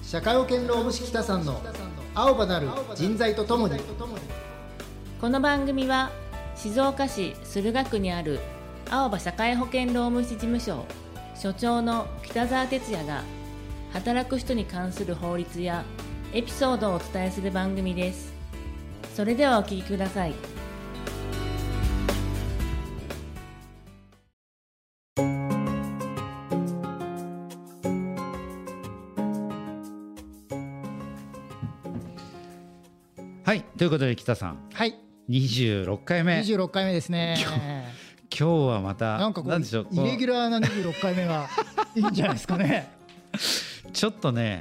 社会保険労務士北さんの青葉なる人材とともに。 この番組は静岡市駿河区にある青葉社会保険労務士事務所所長の北澤哲也が働く人に関する法律やエピソードをお伝えする番組です。それではお聞きください。 はい、ということで北さん、 はい、 26回目 26回目ですね。 今日はまたなんかこうなんでしょう、 イレギュラーな26回目がいいんじゃないですかね。 ちょっとね、 うん、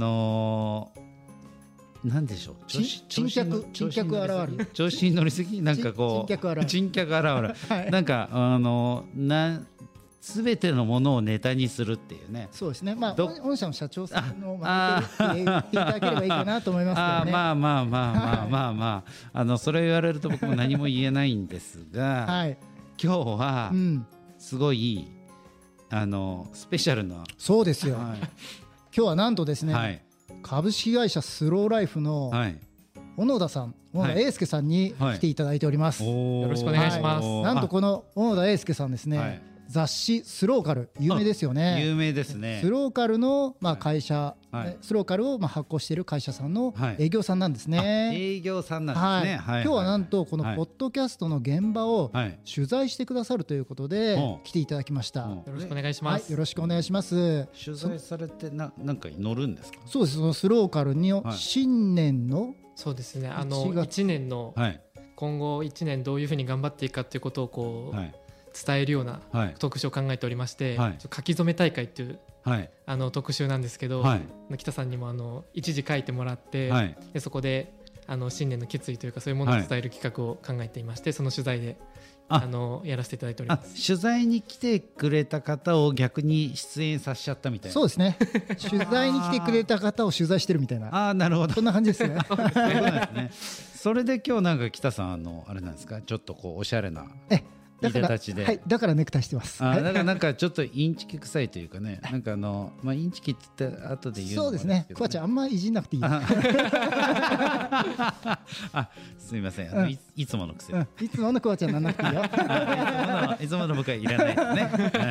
なんでしょう、 珍客現る、 調子に乗りすぎ、なんかこう珍客現る、はい、なんか全てのものをネタにするっていうね。 そうですね。まあ御社の社長さんのまとめて言っていただければいいかなと思いますけどね。 まあそれを言われると僕も何も言えないんですが、はい、今日はすごい、スペシャルな。 そうですよ、はい、今日はなんとですね、はい、株式会社スローライフの小野田さん、小野田英介さんに来ていただいております、 はい、よろしくお願いします、 なんとこの小野田英介さんですね、はい、雑誌スローカル有名ですよね。 有名ですね。 スローカルの会社、はい、スローカルを発行している会社さんの営業さんなんですね、はい、 営業さんなんですね、 はい、今日はなんとこのポッドキャストの現場を取材してくださるということで来ていただきました、 よろしくお願いします、 はい、よろしくお願いします。 取材されてなんかに乗るんですか？ そうです。そのスローカルに新年の、 そうですね、1年の、はい、今後1年どういうふうに頑張っていくかということをこう、はい、伝えるような特集を考えておりまして、はい、書き初め大会という、はい、特集なんですけど、はい、北さんにも一時書いてもらって、はい、でそこで新年の決意というかそういうものを伝える企画を考えていまして、はい、その取材でやらせていただいております。 取材に来てくれた方を逆に出演させちゃったみたいな。 そうですね。取材に来てくれた方を取材してるみたいな。 なるほど。 そんな感じですね。 そうですね。それで今日なんか北さんあれなんですか、ちょっとこうおしゃれないでたちで、 はい、だからネクタイしてます。 だからなんかちょっとインチキ臭いというかね、なんかインチキって言って後で言うのも、 そうですね。クワちゃんあんまいじんなくていい。 すみません、いつもの癖、 いつものクワちゃんなんなくていいよ。 いつもの僕はいらないですね。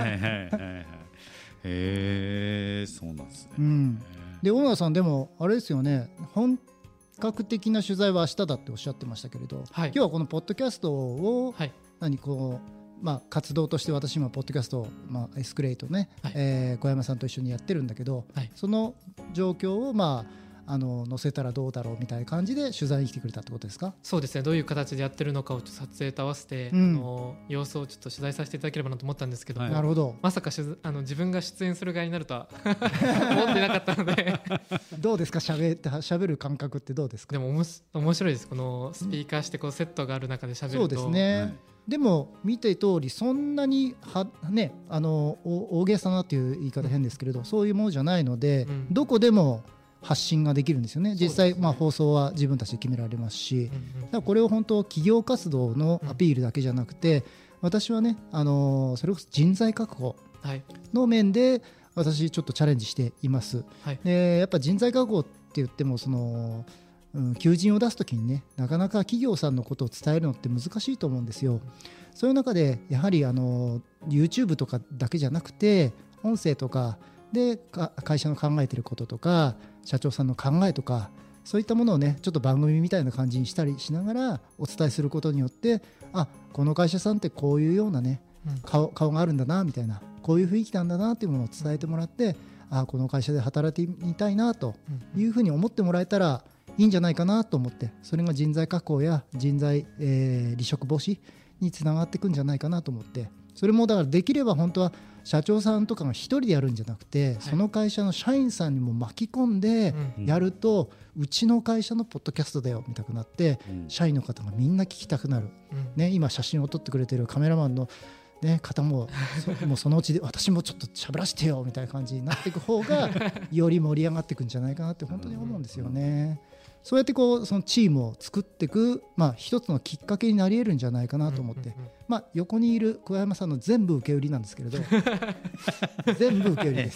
へえ、そうなんですね。 で小野さんでもあれですよね、本格的な取材は明日だっておっしゃってましたけれど、はい、今日はこのポッドキャストを、はい、活動として私今ポッドキャストを、エスクレイトね、はい、小山さんと一緒にやってるんだけど、はい、その状況を載せたらどうだろうみたいな感じで取材に来てくれたってことですか？ そうですね。どういう形でやってるのかを撮影と合わせて、様子をちょっと取材させていただければなと思ったんですけど、 なるほど。 まさか自分が出演する側になるとは思ってなかったのでどうですか、喋る感覚ってどうですか？ でも面白いです。このスピーカーしてこうセットがある中で喋ると、 そうですね、はい、でも見て通りそんなに大げさなっていう言い方変ですけれど、そういうものじゃないので、どこでも発信ができるんですよね。実際、放送は自分たちで決められますし、だからこれを本当企業活動のアピールだけじゃなくて、私はね、それこそ人材確保の面で私ちょっとチャレンジしています、はい、でやっぱ人材確保って言っても求人を出すときにね、なかなか企業さんのことを伝えるのって難しいと思うんですよ。そういう中でやはりYouTube とかだけじゃなくて音声とかで会社の考えていることとか社長さんの考えとかそういったものをね、ちょっと番組みたいな感じにしたりしながらお伝えすることによって、この会社さんってこういうようなね、顔があるんだなみたいな、こういう雰囲気なんだなっていうものを伝えてもらって、この会社で働いてみたいなというふうに思ってもらえたらいいんじゃないかなと思って、それが人材確保や人材、離職防止につながっていくんじゃないかなと思って、それもだからできれば本当は社長さんとかが一人でやるんじゃなくて、その会社の社員さんにも巻き込んでやると、うちの会社のポッドキャストだよみたくなって、社員の方がみんな聞きたくなる、今写真を撮ってくれてるカメラマンの方ももうそのうちで私もちょっと喋らせてよみたいな感じになっていく方がより盛り上がっていくんじゃないかなって本当に思うんですよね。そうやってそのチームを作っていく、一つのきっかけになり得るんじゃないかなと思って、横にいる桑山さんの全部受け売りなんですけれど全部受け売りです。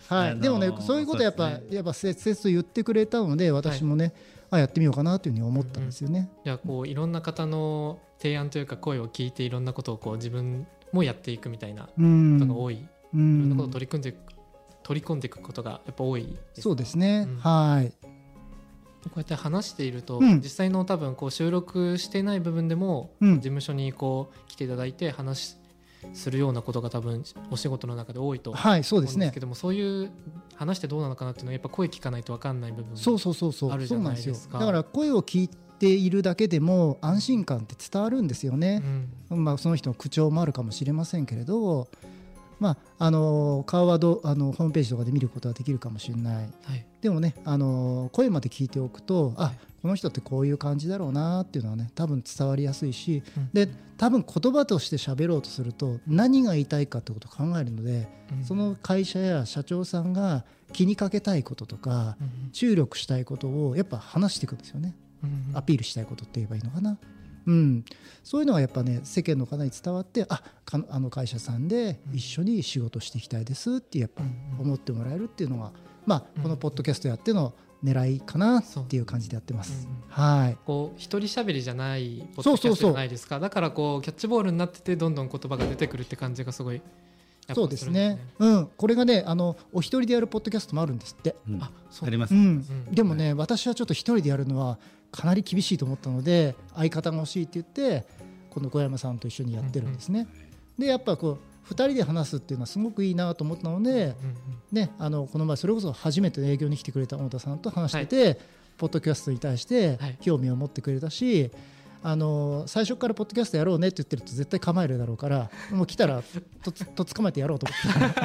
はい、でもねそういうことやっぱ切々と言ってくれたので私もね、やってみようかなというふうに思ったんですよね。 じゃあこういろんな方の提案というか声を聞いていろんなことをこう自分もやっていくみたいなことが多い、いろんなことを取り込んでいくことがやっぱ多いです。 そうですね、はい。 こうやって話していると、実際の多分こう収録していない部分でも、事務所にこう来ていただいて話するようなことが多分お仕事の中で多いと思うんですけども、そういう話してどうなのかなっていうのはやっぱ声聞かないと分かんない部分もあるじゃないですか。 だから声を聞いているだけでも安心感って伝わるんですよね。その人の口調もあるかもしれませんけれど、顔はホームページとかで見ることはできるかもしれない、でもね、声まで聞いておくと、この人ってこういう感じだろうなっていうのはね多分伝わりやすいし、で多分言葉として喋ろうとすると何が言いたいかってことを考えるので、その会社や社長さんが気にかけたいこととか、注力したいことをやっぱ話していくんですよね、アピールしたいことって言えばいいのかな。そういうのがやっぱね世間の方に伝わって、あの会社さんで一緒に仕事していきたいですってやっぱ思ってもらえるっていうのが、このポッドキャストやっての狙いかなっていう感じでやってます。はい。 こう一人喋りじゃないポッドキャストじゃないですか。だからこうキャッチボールになっててどんどん言葉が出てくるって感じがすごい。 そうですね。これがねお一人でやるポッドキャストもあるんですって。 あります。 でもね私はちょっと一人でやるのはかなり厳しいと思ったので、相方が欲しいって言ってこの小山さんと一緒にやってるんですね。でやっぱこう2人で話すっていうのはすごくいいなと思ったので、この前それこそ初めて営業に来てくれた太田さんと話してて、ポッドキャストに対して興味を持ってくれたし、最初からポッドキャストやろうねって言ってると絶対構えるだろうから、もう来たらと捕まえてやろうと思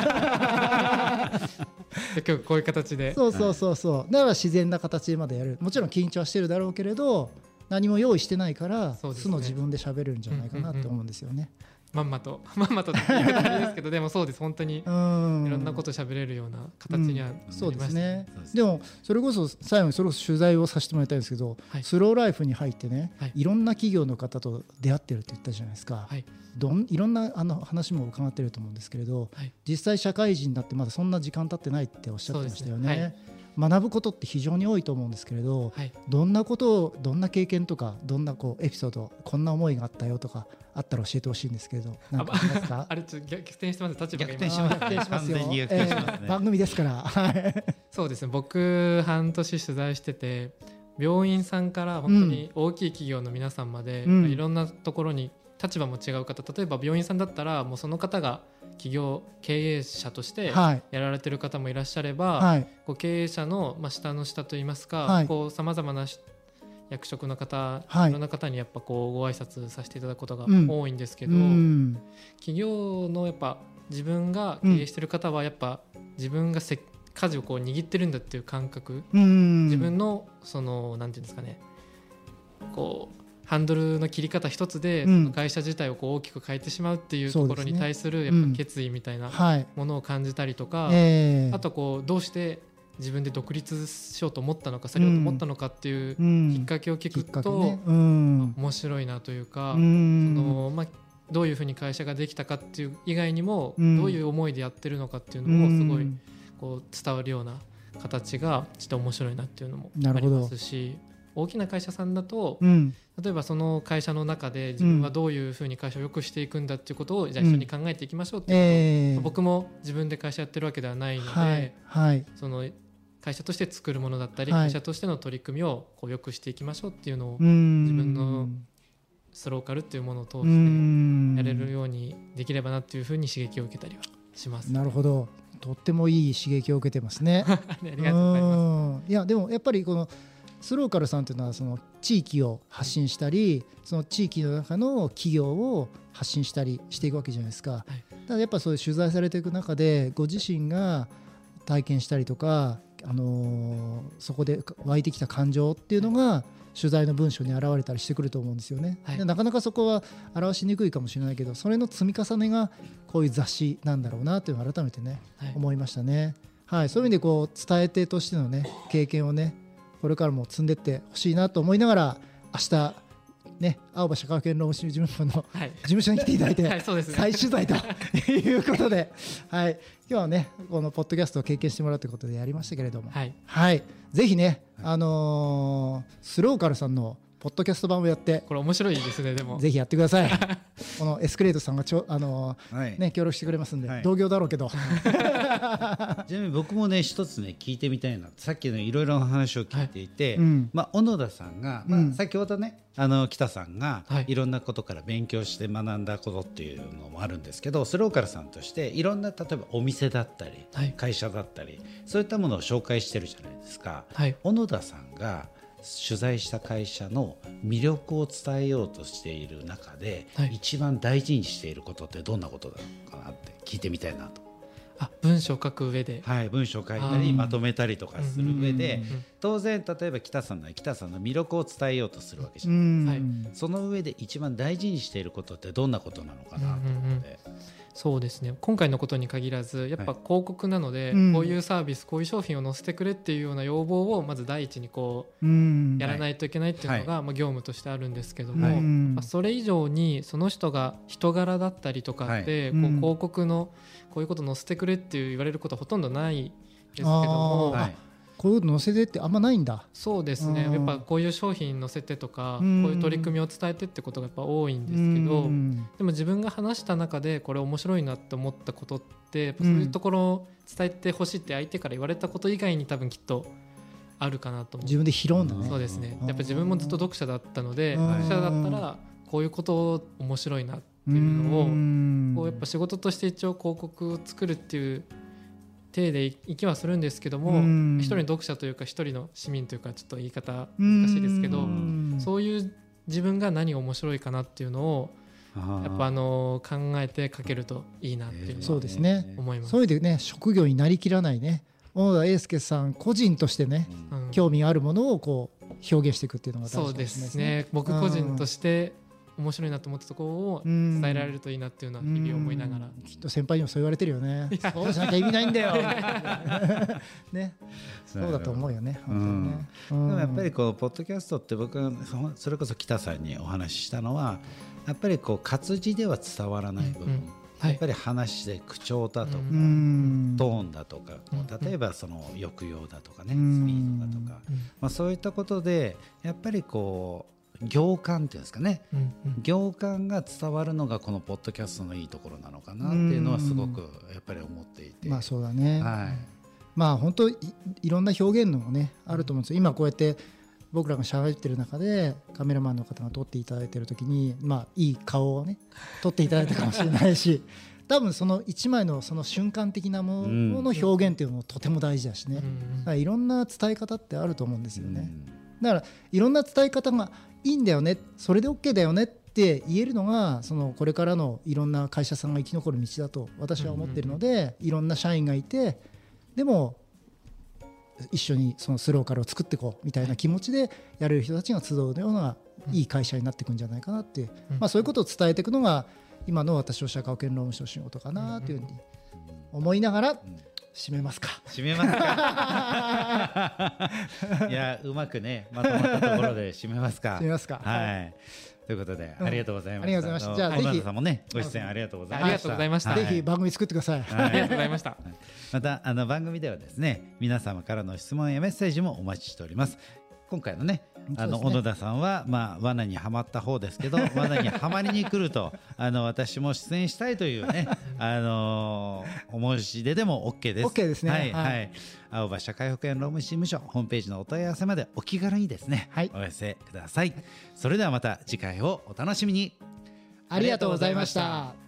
って今日こういう形でそうだから自然な形までやる。もちろん緊張はしてるだろうけれど何も用意してないから素の自分で喋れるんじゃないかなって思うんですよね。 まんまとって言うとあれですけどでもそうです、本当にいろんなこと喋れるような形にはなりました。 そうですね。でもそれこそ最後に取材をさせてもらいたいんですけど、スローライフに入ってね、いろんな企業の方と出会ってるって言ったじゃないですか。いろんな話も伺ってると思うんですけれど、実際社会人になってまだそんな時間経ってないっておっしゃってましたよね。学ぶことって非常に多いと思うんですけれど、どんなことをどんな経験とかどんなエピソード、こんな思いがあったよとかあったら教えてほしいんですけど、何かありますか？ あれちょっと逆転してます。立場が逆転しますよ。 番組ですからそうですね。僕半年取材してて、病院さんから本当に大きい企業の皆さんまで、いろんなところに立場も違う方、例えば病院さんだったらもうその方が企業経営者としてやられてる方もいらっしゃれば、こう経営者の下の下といいますか、さまざまな役職の方、いろんな方にやっぱこうご挨拶させていただくことが多いんですけど、企業のやっぱ自分が経営してる方はやっぱ自分が舵をこう握ってるんだっていう感覚、自分のそのなんていうんですかね、こうハンドルの切り方一つで会社自体をこう大きく変えてしまうっていうところに対するやっぱ決意みたいなものを感じたりとか、あとこうどうして自分で独立しようと思ったのか、されようと思ったのかっていうきっかけを聞くと面白いなというか、どういうふうに会社ができたかっていう以外にもどういう思いでやってるのかっていうのもすごいこう伝わるような形がちょっと面白いなっていうのもありますし、大きな会社さんだと、例えばその会社の中で自分はどういうふうに会社を良くしていくんだっていうことをじゃあ一緒に考えていきましょうっていうことを、僕も自分で会社やってるわけではないので、その会社として作るものだったり、会社としての取り組みをこう良くしていきましょうっていうのを自分のスローカルっていうものを通してやれるようにできればなっていうふうに刺激を受けたりはします。 なるほど、とってもいい刺激を受けてますねありがとうございます。 いやでもやっぱりこのスローカルさんというのはその地域を発信したり、その地域の中の企業を発信したりしていくわけじゃないですか。ただやっぱそういう取材されていく中でご自身が体験したりとか、そこで湧いてきた感情っていうのが取材の文章に現れたりしてくると思うんですよね。でなかなかそこは表しにくいかもしれないけど、それの積み重ねがこういう雑誌なんだろうなというのを改めてね、思いましたね。そういう意味でこう伝え手としてのね経験をねこれからも積んでってほしいなと思いながら、明日ね、青葉社会保険労務士事務所の事務所に来ていただいて、再取材ということで、はい、今日はねこのポッドキャストを経験してもらうということでやりましたけれども、はい、ぜひね、スローカルさんのポッドキャスト版をやって、 これ面白いですね。でもぜひやってくださいこのエスクレートさんが協力してくれますんで、同業だろうけどちなみに僕もね一つね聞いてみたいな、さっきのいろいろな話を聞いていて、小野田さんが、先ほどね北さんがいろんなことから勉強して学んだことっていうのもあるんですけど、スローカルさんとしていろんな例えばお店だったり、会社だったりそういったものを紹介してるじゃないですか。小野田さんが取材した会社の魅力を伝えようとしている中で、一番大事にしていることってどんなことなのかなって聞いてみたいなと。 文章を書く上で、 文章を書いたりまとめたりとかする上で、当然例えば北さんの魅力を伝えようとするわけじゃないですか。その上で一番大事にしていることってどんなことなのかなと思って。 そうですね、今回のことに限らずやっぱ広告なので、こういうサービスこういう商品を載せてくれっていうような要望をまず第一にこうやらないといけないっていうのが業務としてあるんですけども、それ以上にその人が人柄だったりとかってこう広告のこういうこと載せてくれって言われることはほとんどないですけども、 こういうの載せてってあんまないんだ。 そうですね、やっぱこういう商品載せてとか、こういう取り組みを伝えてってことがやっぱ多いんですけど、でも自分が話した中でこれ面白いなって思ったことって、やっぱそういうところを伝えてほしいって相手から言われたこと以外に多分きっとあるかなと思う。 自分で拾うんだね。 そうですね、やっぱ自分もずっと読者だったので、読者だったらこういうこと面白いなっていうのをこうやっぱ仕事として一応広告を作るっていう手でいきはするんですけども、一人の読者というか一人の市民というかちょっと言い方難しいですけど、そういう自分が何が面白いかなっていうのをやっぱ考えて書けるといいなっていうのは思います。 そういうでね、職業になりきらないね、小野田英介さん個人としてね、興味があるものをこう表現していくっていうのが大事かもしれないですね。 そうですね、僕個人として面白いなと思ったところを伝えられるといいなっていうのは日々思いながら。 きっと先輩にもそう言われてるよね。そうしなきゃ意味ないんだよね、そうだと思うよね、本当にね。 でもやっぱりこうポッドキャストって僕はそれこそ北さんにお話ししたのは、やっぱりこう活字では伝わらない部分、やっぱり話で口調だとかトーンだとか、例えばその抑揚だとかね、スピードだとか、そういったことでやっぱりこう行間っていうんですかね、行間が伝わるのがこのポッドキャストのいいところなのかなっていうのはすごくやっぱり思っていて、 まあそうだね、まあ本当 いろんな表現のもねあると思うんですよ。今こうやって僕らが喋ってる中でカメラマンの方が撮っていただいてる時に、まあいい顔をね撮っていただいたかもしれないし多分その一枚のその瞬間的なものの表現っていうのもとても大事だしね、だからいろんな伝え方ってあると思うんですよね。だからいろんな伝え方がいいんだよね、それで OK だよねって言えるのがそのこれからのいろんな会社さんが生き残る道だと私は思っているので、いろんな社員がいて、でも一緒にそのスローカルを作っていこうみたいな気持ちでやれる人たちが集うようないい会社になっていくんじゃないかなっていう、そういうことを伝えていくのが今の私の社会保険労務士の仕事かなというふうに思いながら締めますか。 締めますかいやうまくねまとまったところで締めますか。 締めますか。 はい。ということでありがとうございました。 ありがとうございました。じゃあぜひさんもねご出演ありがとうございました。 ありがとうございました。 ぜひ番組作ってください。 ありがとうございました。 また番組ではですね皆様からの質問やメッセージもお待ちしております。今回のね小野田さんは罠にはまった方ですけど罠にはまりに来ると私も出演したいというねお申し出でも OK です。 OK ですね。 はい、青葉社会保険労務士事務所ホームページのお問い合わせまでお気軽にですね、お寄せください。それではまた次回をお楽しみに。 ありがとうございました。